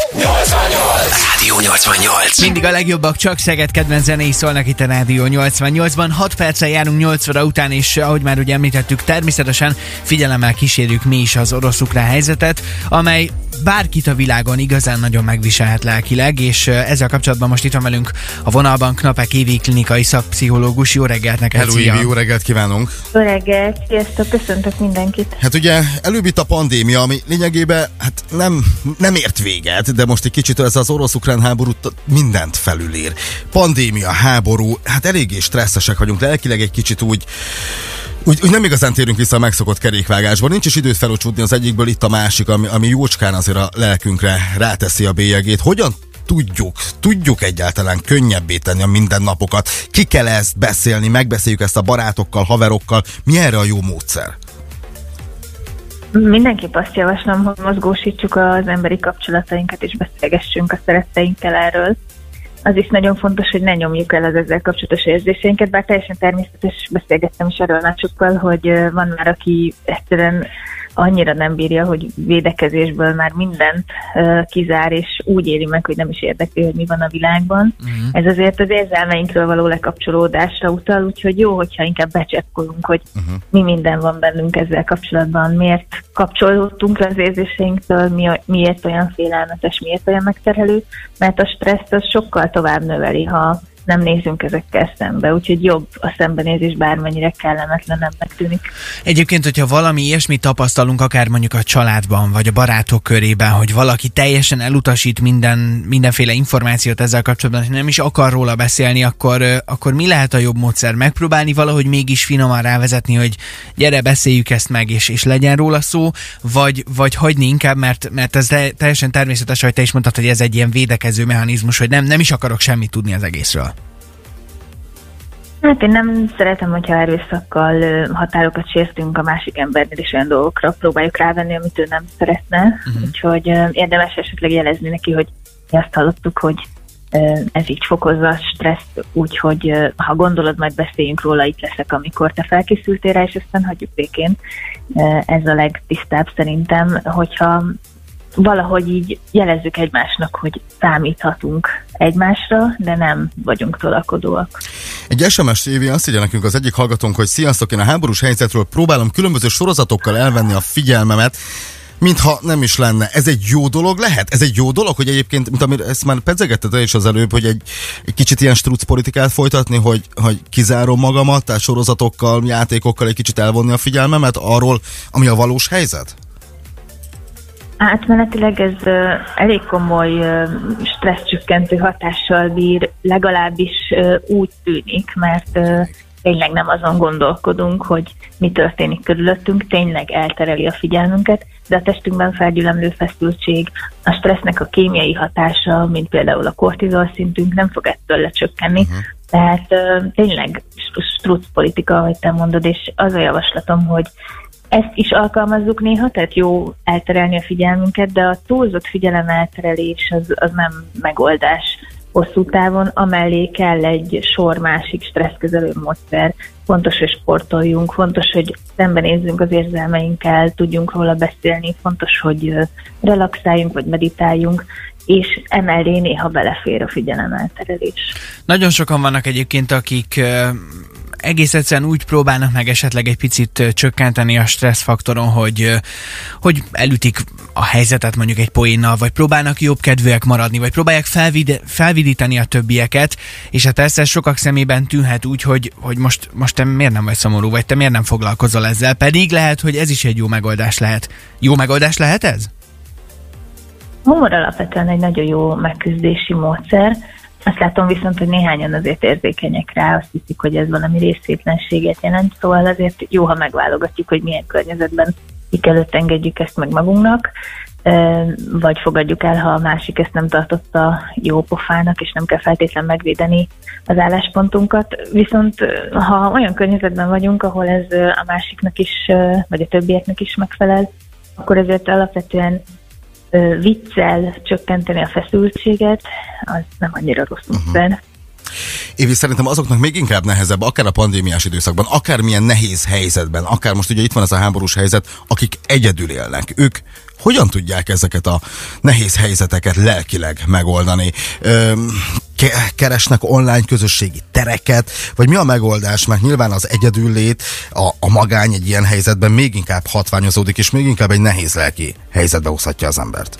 Rádió 88. Mindig a legjobbak, csak Szeged kedvenc zenei szólnak itt a Rádió 88-ban. 6 perccel járunk 8 óra után, és ahogy már ugye említettük, természetesen figyelemmel kísérjük mi is az orosz-ukrán helyzetet, amely bárkit a világon igazán nagyon megviselhet lelkileg, és ezzel kapcsolatban most itt van velünk a vonalban Knapek Évi klinikai szakpszichológus. Jó reggelt neked! Hello Évi, jó reggelt kívánunk! Jó reggelt, sziasztok, köszöntök mindenkit! Hát ugye előbb itt a pandémia, ami lényegében hát nem ért véget, de most egy kicsit ez az orosz-ukrán háború mindent felülír. Pandémia, háború, hát eléggé stresszesek vagyunk, lelkileg egy kicsit úgy nem igazán térünk vissza a megszokott kerékvágásban. Nincs is időt felocsúdni az egyikből, itt a másik, ami jócskán azért a lelkünkre ráteszi a bélyegét. Hogyan tudjuk egyáltalán könnyebbé tenni a mindennapokat? Ki kell ezt beszélni, megbeszéljük ezt a barátokkal, haverokkal? Mi erre a jó módszer? Mindenképp azt javaslom, hogy mozgósítsuk az emberi kapcsolatainkat, és beszélgessünk a szeretteinkkel erről. Az is nagyon fontos, hogy ne nyomjuk el az ezzel kapcsolatos érzéseinket, bár teljesen természetes, beszélgettem is erről másokkal, hogy van már, aki egyszerűen annyira nem bírja, hogy védekezésből már mindent kizár, és úgy éli meg, hogy nem is érdekli, hogy mi van a világban. Ez azért az érzelmeinkről való lekapcsolódásra utal, úgyhogy jó, hogyha inkább becsekkolunk, hogy mi minden van bennünk ezzel kapcsolatban, miért kapcsolódtunk le az érzéseinktől, miért olyan félelmetes, miért olyan megterhelő, mert a stresszt az sokkal tovább növeli, ha nem nézünk ezekkel szembe, úgyhogy jobb a szembenézés, bármennyire kellemetlenebbnek tűnik. Egyébként, hogyha valami ilyesmit tapasztalunk, akár mondjuk a családban, vagy a barátok körében, hogy valaki teljesen elutasít mindenféle információt ezzel kapcsolatban, hogy nem is akar róla beszélni, akkor mi lehet a jobb módszer? Megpróbálni valahogy mégis finoman rávezetni, hogy gyere, beszéljük ezt meg, és legyen róla szó, vagy hagyni inkább, mert ez teljesen természetes, hogy te is mondtad, hogy ez egy ilyen védekező mechanizmus, hogy nem is akarok semmit tudni az egészről. Hát én nem szeretem, hogyha erőszakkal határokat sértünk a másik embernél, és olyan dolgokra próbáljuk rávenni, amit ő nem szeretne. Úgyhogy érdemes esetleg jelezni neki, hogy mi azt hallottuk, hogy ez így fokozza a stresszt, úgyhogy ha gondolod, majd beszéljünk róla, itt leszek, amikor te felkészültél rá, és aztán hagyjuk békén. Ez a legtisztább szerintem, hogyha valahogy így jelezzük egymásnak, hogy számíthatunk egymásra, de nem vagyunk tolakodóak. Egy SMS Évi azt írja nekünk az egyik hallgatónk, hogy sziasztok, én a háborús helyzetről próbálom különböző sorozatokkal elvenni a figyelmemet, mintha nem is lenne. Ez egy jó dolog lehet? Ez egy jó dolog, hogy egyébként, mint amire ezt már pedzegetted is az előbb, hogy egy kicsit ilyen struc politikát folytatni, hogy kizárom magamat, tehát sorozatokkal, játékokkal egy kicsit elvonni a figyelmemet arról, ami a valós helyzet? Átmenetileg ez elég komoly stresszcsökkentő hatással bír, legalábbis úgy tűnik, mert tényleg nem azon gondolkodunk, hogy mi történik körülöttünk, tényleg eltereli a figyelmünket, de a testünkben felgyülemlő feszültség, a stressznek a kémiai hatása, mint például a kortizol szintünk nem fog ettől lecsökkenni. Tehát tényleg struc politika, ahogy te mondod, és az a javaslatom, hogy ezt is alkalmazzuk néha, tehát jó elterelni a figyelmünket, de a túlzott figyelem elterelés az nem megoldás hosszú távon, amellé kell egy sor másik stresszkezelő módszer. Fontos, hogy sportoljunk, fontos, hogy szembenézzünk az érzelmeinkkel, tudjunk róla beszélni, fontos, hogy relaxáljunk vagy meditáljunk, és emellé néha belefér a figyelem elterelés. Nagyon sokan vannak egyébként, akik egész egyszerűen úgy próbálnak meg esetleg egy picit csökkenteni a stresszfaktoron, hogy elütik a helyzetet mondjuk egy poénnal, vagy próbálnak jobbkedvűek maradni, vagy próbálják felvidítani a többieket, és hát ez sokak szemében tűnhet úgy, hogy most te miért nem vagy szomorú, vagy te miért nem foglalkozol ezzel, pedig lehet, hogy ez is egy jó megoldás lehet. Jó megoldás lehet ez? Humor alapvetően egy nagyon jó megküzdési módszer. Azt látom viszont, hogy néhányan azért érzékenyek rá, azt hiszik, hogy ez valami részvétlenséget jelent, szóval azért jó, ha megválogatjuk, hogy milyen környezetben kik előtt engedjük ezt meg magunknak, vagy fogadjuk el, ha a másik ezt nem tartotta jó pofának, és nem kell feltétlenül megvédeni az álláspontunkat. Viszont ha olyan környezetben vagyunk, ahol ez a másiknak is, vagy a többieknek is megfelel, akkor ezért alapvetően viccel csökkenteni a feszültséget, az nem annyira rossz módszer. Évi, szerintem azoknak még inkább nehezebb, akár a pandémiás időszakban, akár milyen nehéz helyzetben, akár most ugye itt van ez a háborús helyzet, akik egyedül élnek. Ők hogyan tudják ezeket a nehéz helyzeteket lelkileg megoldani? Keresnek online közösségi tereket, vagy mi a megoldás? Mert nyilván az egyedüllét, a magány egy ilyen helyzetben még inkább hatványozódik, és még inkább egy nehéz lelki helyzetbe hozhatja az embert.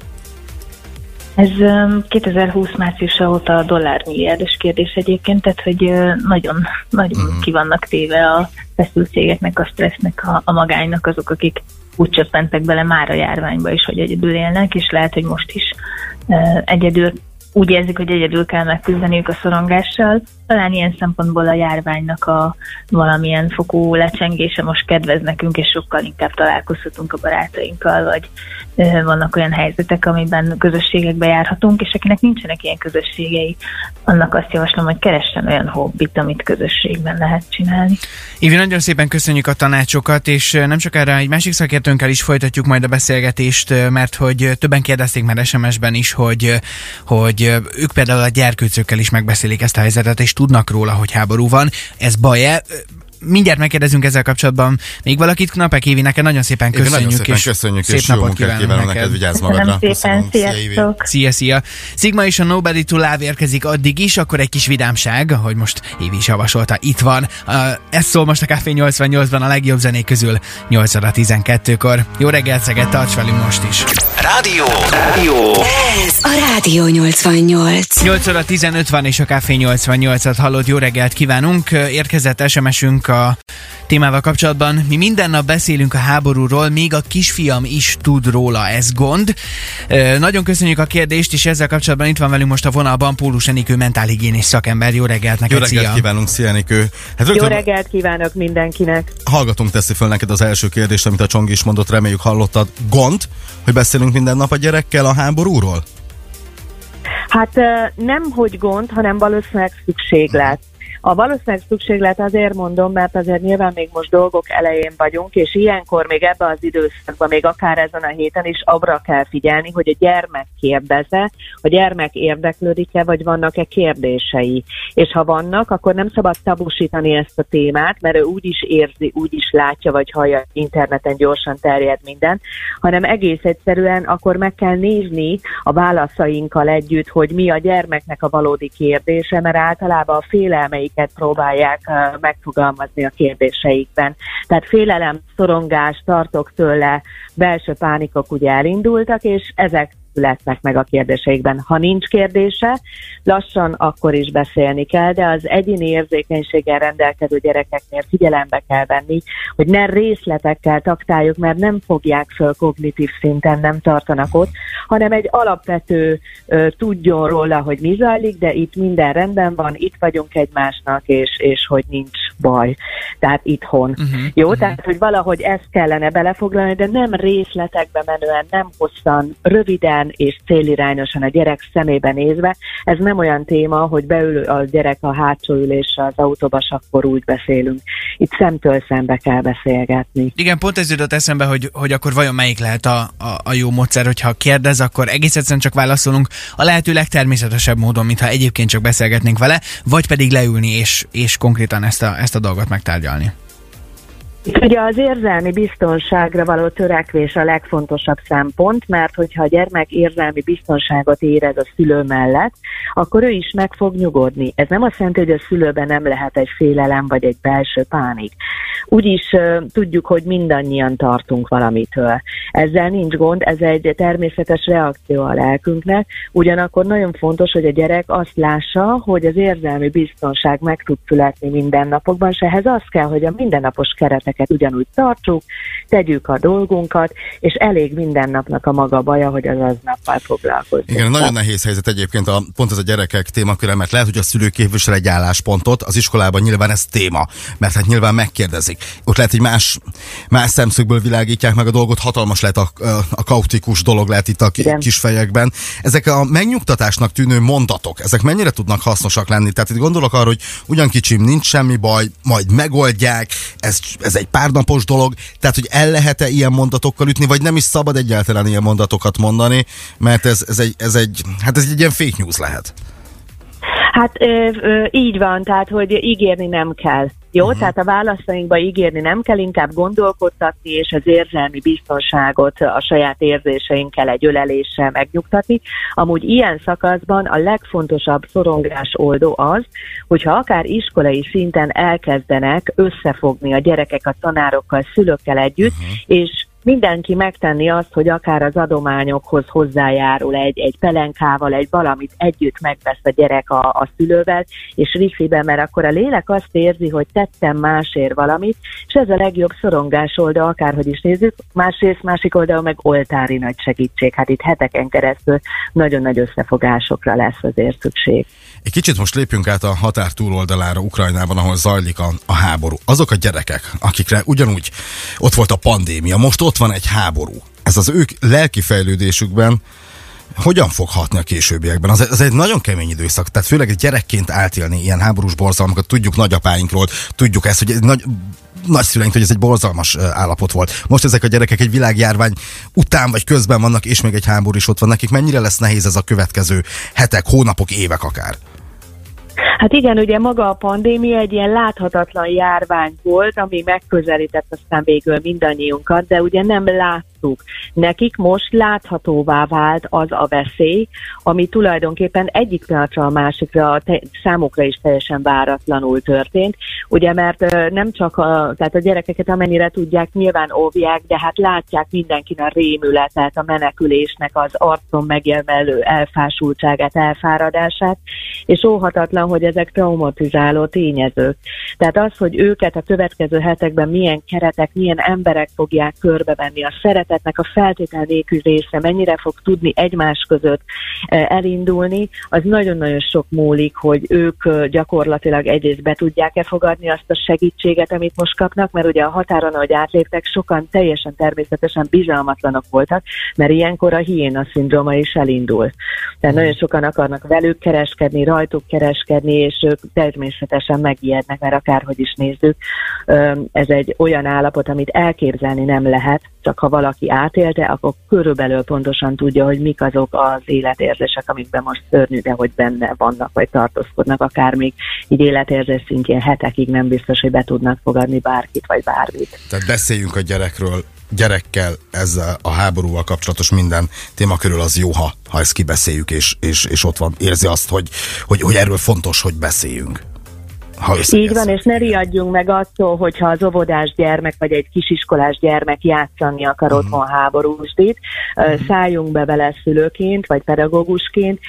Ez 2020 márciusa óta a dollármilliárdos kérdés egyébként, tehát hogy nagyon ki vannak téve a feszültségeknek, a stressznek, a magánynak azok, akik úgy csöppentek bele már a járványba is, hogy egyedül élnek, és lehet, hogy most is egyedül úgy érzik, hogy egyedül kell megküzdeniük a szorongással. Talán ilyen szempontból a járványnak a valamilyen fokú lecsengése most kedvez nekünk, és sokkal inkább találkozhatunk a barátainkkal, vagy vannak olyan helyzetek, amiben közösségekbe járhatunk, és akinek nincsenek ilyen közösségei, annak azt javaslom, hogy keressen olyan hobbit, amit közösségben lehet csinálni. Évi, nagyon szépen köszönjük a tanácsokat, és nem sokára egy másik szakértőnkkel is folytatjuk majd a beszélgetést, mert hogy többen kérdezték már SMS-ben is, hogy ők például a gyerkőcökkel is megbeszélik ezt a helyzetet, és tudnak róla, hogy háború van. Ez baj-e? Mindjárt megkérdezünk ezzel kapcsolatban még valakit. Knapek Évi, neked nagyon szépen köszönjük. Nagyon szépen köszönjük, szép és jó napot munkát kívánok neked, vigyázz magadra. Köszönöm szépen, sziasztok! Szia! Sigma és a Nobody to Love érkezik addig is, akkor egy kis vidámság, ahogy most Évi is javasolta, itt van. Ez szól most a Café 88-ban a legjobb zenék közül 8 óra 12-kor. Jó reggelt, Szeged, tarts velünk most is! Rádió! Ez a Rádió 88. 8 óra 15 van, és a Café 88-at hallod. Jó reggelt kívánunk! Érkezett SMS-ünk a témával kapcsolatban. Mi minden nap beszélünk a háborúról, még a kisfiam is tud róla, ez gond. Nagyon köszönjük a kérdést, és ezzel kapcsolatban itt van velünk most a vonalban Pólus Enikő mentálhigiénés szakember. Jó reggelt neked, Jó reggelt szia. Kívánunk, szia Enikő. Jó reggelt kívánok mindenkinek. Hallgatunk, teszi föl neked az első kérdést, amit a Csongi is mondott, reméljük hallottad. Gond, hogy beszélünk minden nap a gyerekkel a háborúról? Hát nem hogy gond, hanem valószínűleg szükséglet. A valószínűleg szükséglet azért mondom, mert azért nyilván még most dolgok elején vagyunk, és ilyenkor még ebbe az időszakban, még akár ezen a héten is abra kell figyelni, hogy a gyermek kérdezze, a gyermek érdeklődik-e, vagy vannak-e kérdései. És ha vannak, akkor nem szabad tabusítani ezt a témát, mert ő úgy is érzi, úgy is látja, vagy hallja, interneten gyorsan terjed minden, hanem egész egyszerűen akkor meg kell nézni a válaszainkkal együtt, hogy mi a gyermeknek a valódi kérdése, mert általában a félelmei próbálják megfogalmazni a kérdéseikben. Tehát félelem, szorongás, tartok tőle, belső pánikok ugye elindultak, és ezek születnek meg a kérdéseikben. Ha nincs kérdése, lassan akkor is beszélni kell, de az egyéni érzékenységgel rendelkező gyerekeknél figyelembe kell venni, hogy ne részletekkel taktáljuk, mert nem fogják föl kognitív szinten, nem tartanak ott, hanem egy alapvető tudjon róla, hogy mi zajlik, de itt minden rendben van, itt vagyunk egymásnak, és hogy nincs baj. Tehát itthon. Jó? Tehát, hogy valahogy ezt kellene belefoglalni, de nem részletekbe menően, nem hosszan, röviden és célirányosan a gyerek szemébe nézve. Ez nem olyan téma, hogy beül a gyerek a hátsó ülésre az autóba, és akkor úgy beszélünk. Itt szemtől szembe kell beszélgetni. Igen, pont ez jutott eszembe, hogy akkor vajon melyik lehet a jó módszer, hogyha kérdez, akkor egész egyszerűen csak válaszolunk a lehető legtermészetesebb módon, mintha egyébként csak beszélgetnénk vele, vagy pedig leülni és konkrétan ezt a dolgot megtárgyalni. Itt ugye az érzelmi biztonságra való törekvés a legfontosabb szempont, mert hogyha a gyermek érzelmi biztonságot érez a szülő mellett, akkor ő is meg fog nyugodni. Ez nem azt jelenti, hogy a szülőben nem lehet egy félelem vagy egy belső pánik. Úgyis tudjuk, hogy mindannyian tartunk valamitől. Ezzel nincs gond, ez egy természetes reakció a lelkünknek, ugyanakkor nagyon fontos, hogy a gyerek azt lássa, hogy az érzelmi biztonság meg tud születni mindennapokban, és ehhez az kell, hogy a mindennapos kereteket ugyanúgy tartsuk, tegyük a dolgunkat, és elég mindennapnak a maga baja, hogy az aznappal foglalkozzunk. Igen, nagyon nehéz helyzet egyébként pont ez a gyerekek témaköre, mert lehet, hogy a szülő képvisel egy álláspontot, az iskolában nyilván ez téma, mert hát nyilván megkérdezik. Ott lehet, hogy más szemszögből világítják meg a dolgot, hatalmas lehet a kaotikus dolog lehet itt a kis fejekben. Ezek a megnyugtatásnak tűnő mondatok, ezek mennyire tudnak hasznosak lenni? Tehát itt gondolok arra, hogy ugyan kicsim, nincs semmi baj, majd megoldják, ez egy párnapos dolog, tehát hogy el lehet-e ilyen mondatokkal ütni, vagy nem is szabad egyáltalán ilyen mondatokat mondani, mert ez egy ilyen fake news lehet. Hát így van, tehát hogy ígérni nem kell. Jó, tehát a válaszainkba ígérni nem kell, inkább gondolkodtatni, és az érzelmi biztonságot a saját érzéseinkkel egy öleléssel megnyugtatni. Amúgy ilyen szakaszban a legfontosabb szorongásoldó az, hogyha akár iskolai szinten elkezdenek összefogni a gyerekek a tanárokkal, szülőkkel együtt, és mindenki megtenni azt, hogy akár az adományokhoz hozzájárul egy pelenkával, egy valamit együtt megvesz a gyerek a szülővel, és wifi-ben, mert akkor a lélek azt érzi, hogy tettem másért valamit, és ez a legjobb szorongás oldal, akárhogy is nézzük, másik oldal meg oltári nagy segítség. Hát itt heteken keresztül nagyon nagy összefogásokra lesz azért szükség. Egy kicsit most lépjünk át a határ túloldalára, Ukrajnában, ahol zajlik a háború. Azok a gyerekek, akikre ugyanúgy ott volt a pandémia, most ott van egy háború. Ez az ők lelki fejlődésükben hogyan fog hatni a későbbiekben? Az egy nagyon kemény időszak, tehát főleg egy gyerekként átélni ilyen háborús borzalmakat, tudjuk nagyapáinkról, tudjuk ezt, hogy nagyszüleink, hogy ez egy borzalmas állapot volt. Most ezek a gyerekek egy világjárvány után vagy közben vannak, és még egy háború is ott van nekik. Mennyire lesz nehéz ez a következő hetek, hónapok, évek akár? Hát igen, ugye maga a pandémia egy ilyen láthatatlan járvány volt, ami megközelített aztán végül mindannyiunkat, de ugye nem láttuk. Nekik most láthatóvá vált az a veszély, ami tulajdonképpen egyik pillanatra a másikra számukra is teljesen váratlanul történt. Ugye, mert nem csak tehát a gyerekeket amennyire tudják, nyilván óvják, de hát látják mindenkin a rémületet, a menekülésnek az arcon megjelenő elfásultságát, elfáradását, és óhatatlan, hogy ezek traumatizáló tényezők. Tehát az, hogy őket a következő hetekben milyen keretek, milyen emberek fogják körbevenni, a szeretetnek a feltétel nélkül része, mennyire fog tudni egymás között elindulni, az nagyon-nagyon sok múlik, hogy ők gyakorlatilag egyrészt be tudják-e fogadni azt a segítséget, amit most kapnak, mert ugye a határon, ahogy átléptek, sokan teljesen természetesen bizalmatlanok voltak, mert ilyenkor a hiéna-szindróma is elindul. Tehát nagyon sokan akarnak velük kereskedni, rajtuk kereskedni, és ők természetesen megijednek, mert akárhogy is nézzük, ez egy olyan állapot, amit elképzelni nem lehet, csak ha valaki átélte, akkor körülbelül pontosan tudja, hogy mik azok az életérzések, amikben most szörnyű, de hogy benne vannak, vagy tartózkodnak, akár még így életérzés szintjén hetekig nem biztos, hogy be tudnak fogadni bárkit, vagy bármit. Tehát beszéljünk a gyerekkel ezzel a háborúval kapcsolatos minden téma körül, az jó, ha ezt kibeszéljük, és ott van, érzi azt, hogy erről fontos, hogy beszéljünk. Így van, és ne riadjunk meg attól, hogyha az óvodás gyermek, vagy egy kisiskolás gyermek játszani akar otthon háborúsdit, szálljunk be vele szülőként, vagy pedagógusként,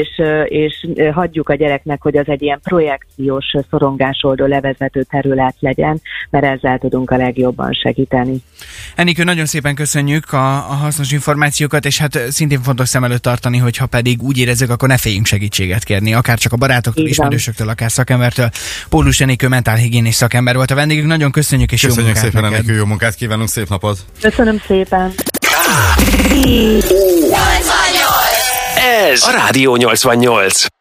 és hagyjuk a gyereknek, hogy az egy ilyen projekciós szorongásoldó levezető terület legyen, mert ezzel tudunk a legjobban segíteni. Enikő, nagyon szépen köszönjük a hasznos információkat, és hát szintén fontos szem előtt tartani, hogyha pedig úgy érezzük, akkor ne féljünk segítséget kérni, akár csak a barátoktól, ismerősöktől, akár szakembertől. Pólus Enikő mentálhigiénés szakember volt a vendégünk. Nagyon köszönjük, és köszönjük jó munkát szépen, neked. Enikő, jó munkát kívánunk, szép napot! Köszönöm szépen! Ez a Rádió 88.